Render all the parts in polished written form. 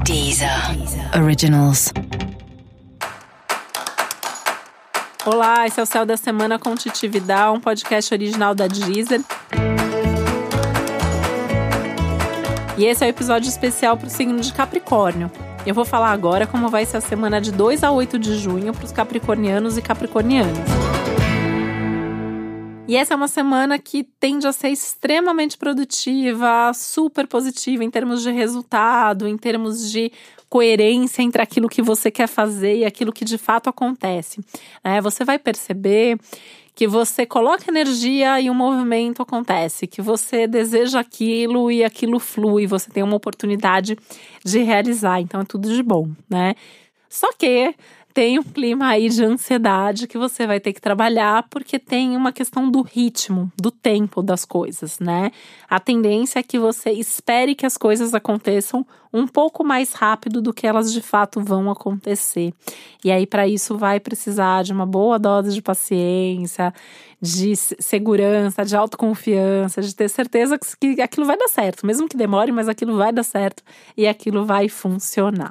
Deezer Originals. Olá, esse é o Céu da Semana com Titi Vidal, um podcast original da Deezer. E esse é o episódio especial para o signo de Capricórnio. Eu vou falar agora como vai ser a semana de 2 a 8 de junho para os capricornianos e capricornianas. E essa é uma semana que tende a ser extremamente produtiva, super positiva em termos de resultado, em termos de coerência entre aquilo que você quer fazer e aquilo que de fato acontece. Você vai perceber que você coloca energia e o movimento acontece, que você deseja aquilo e aquilo flui, você tem uma oportunidade de realizar, então é tudo de bom, né? Só que tem um clima aí de ansiedade que você vai ter que trabalhar, porque tem uma questão do ritmo, do tempo das coisas, né? A tendência é que você espere que as coisas aconteçam um pouco mais rápido do que elas de fato vão acontecer. E aí, para isso, vai precisar de uma boa dose de paciência, de segurança, de autoconfiança, de ter certeza que aquilo vai dar certo, mesmo que demore, mas aquilo vai dar certo e aquilo vai funcionar.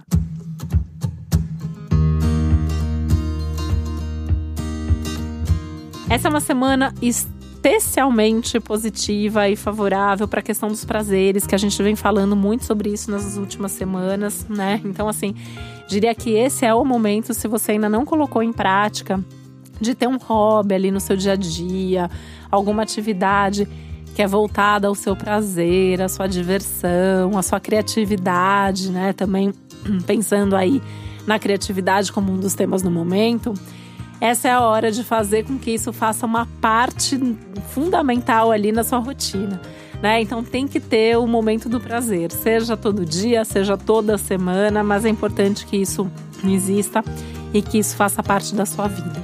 Essa é uma semana especialmente positiva e favorável para a questão dos prazeres, que a gente vem falando muito sobre isso nas últimas semanas, né? Então, assim, diria que esse é o momento, se você ainda não colocou em prática, de ter um hobby ali no seu dia a dia, alguma atividade que é voltada ao seu prazer, à sua diversão, à sua criatividade, né? Também pensando aí na criatividade como um dos temas do momento. Essa é a hora de fazer com que isso faça uma parte fundamental ali na sua rotina, né? Então tem que ter o momento do prazer, seja todo dia, seja toda semana, mas é importante que isso exista e que isso faça parte da sua vida.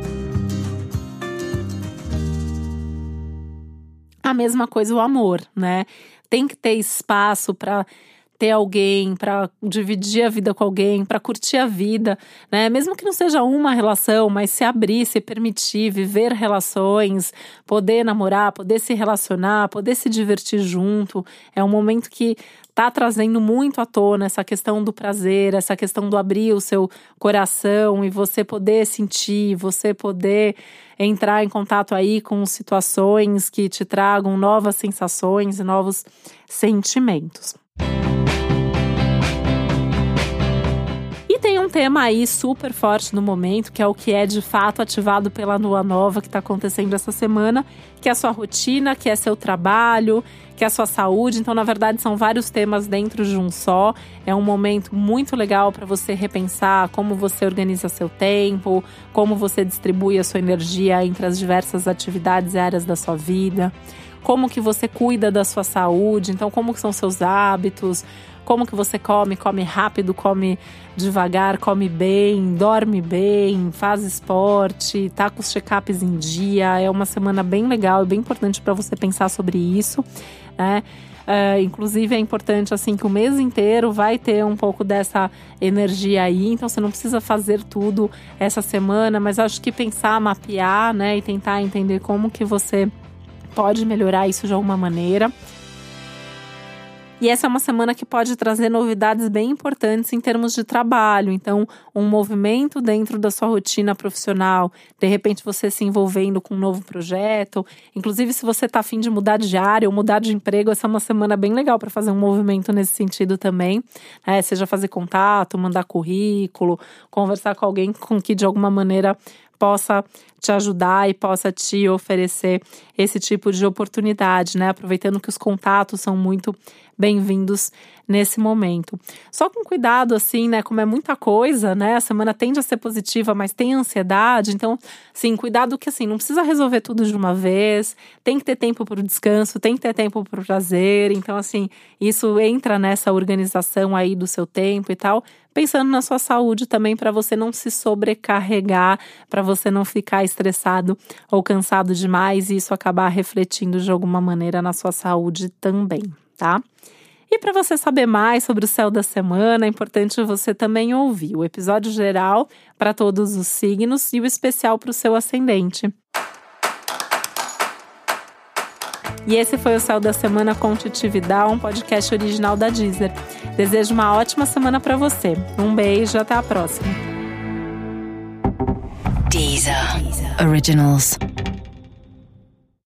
A mesma coisa o amor, né? Tem que ter espaço para ter alguém, para dividir a vida com alguém, para curtir a vida, né? Mesmo que não seja uma relação, mas se abrir, se permitir, viver relações, poder namorar, poder se relacionar, poder se divertir junto. É um momento que está trazendo muito à tona essa questão do prazer, essa questão do abrir o seu coração e você poder sentir, você poder entrar em contato aí com situações que te tragam novas sensações e novos sentimentos. Tem um tema aí super forte no momento, que é o que é de fato ativado pela lua nova que está acontecendo essa semana, que é a sua rotina, que é seu trabalho, que é a sua saúde. Então, na verdade, são vários temas dentro de um só. É um momento muito legal para você repensar como você organiza seu tempo, como você distribui a sua energia entre as diversas atividades e áreas da sua vida, como que você cuida da sua saúde, então como que são seus hábitos, como que você come rápido, come devagar, come bem, dorme bem, faz esporte, tá com os check-ups em dia. É uma semana bem legal e bem importante para você pensar sobre isso, né? Inclusive é importante assim que o mês inteiro vai ter um pouco dessa energia aí, então você não precisa fazer tudo essa semana, mas acho que pensar, mapear, né, e tentar entender como que você pode melhorar isso de alguma maneira. E essa é uma semana que pode trazer novidades bem importantes em termos de trabalho. Então, um movimento dentro da sua rotina profissional, de repente você se envolvendo com um novo projeto. Inclusive, se você está a fim de mudar de área ou mudar de emprego, essa é uma semana bem legal para fazer um movimento nesse sentido também. Seja fazer contato, mandar currículo, conversar com alguém com que de alguma maneira possa te ajudar e possa te oferecer esse tipo de oportunidade, né? Aproveitando que os contatos são muito bem-vindos nesse momento. Só com cuidado, assim, né? Como é muita coisa, né? A semana tende a ser positiva, mas tem ansiedade. Então, sim, cuidado que, assim, não precisa resolver tudo de uma vez. Tem que ter tempo para o descanso, tem que ter tempo para o prazer. Então, assim, isso entra nessa organização aí do seu tempo e tal. Pensando na sua saúde também, para você não se sobrecarregar, para você não ficar estressado ou cansado demais e isso acabar refletindo de alguma maneira na sua saúde também, tá? E para você saber mais sobre o céu da semana, é importante você também ouvir o episódio geral para todos os signos e o especial para o seu ascendente. E esse foi o Céu da Semana com Titi Vidal, um podcast original da Deezer. Desejo uma ótima semana para você. Um beijo, até a próxima. Deezer Originals.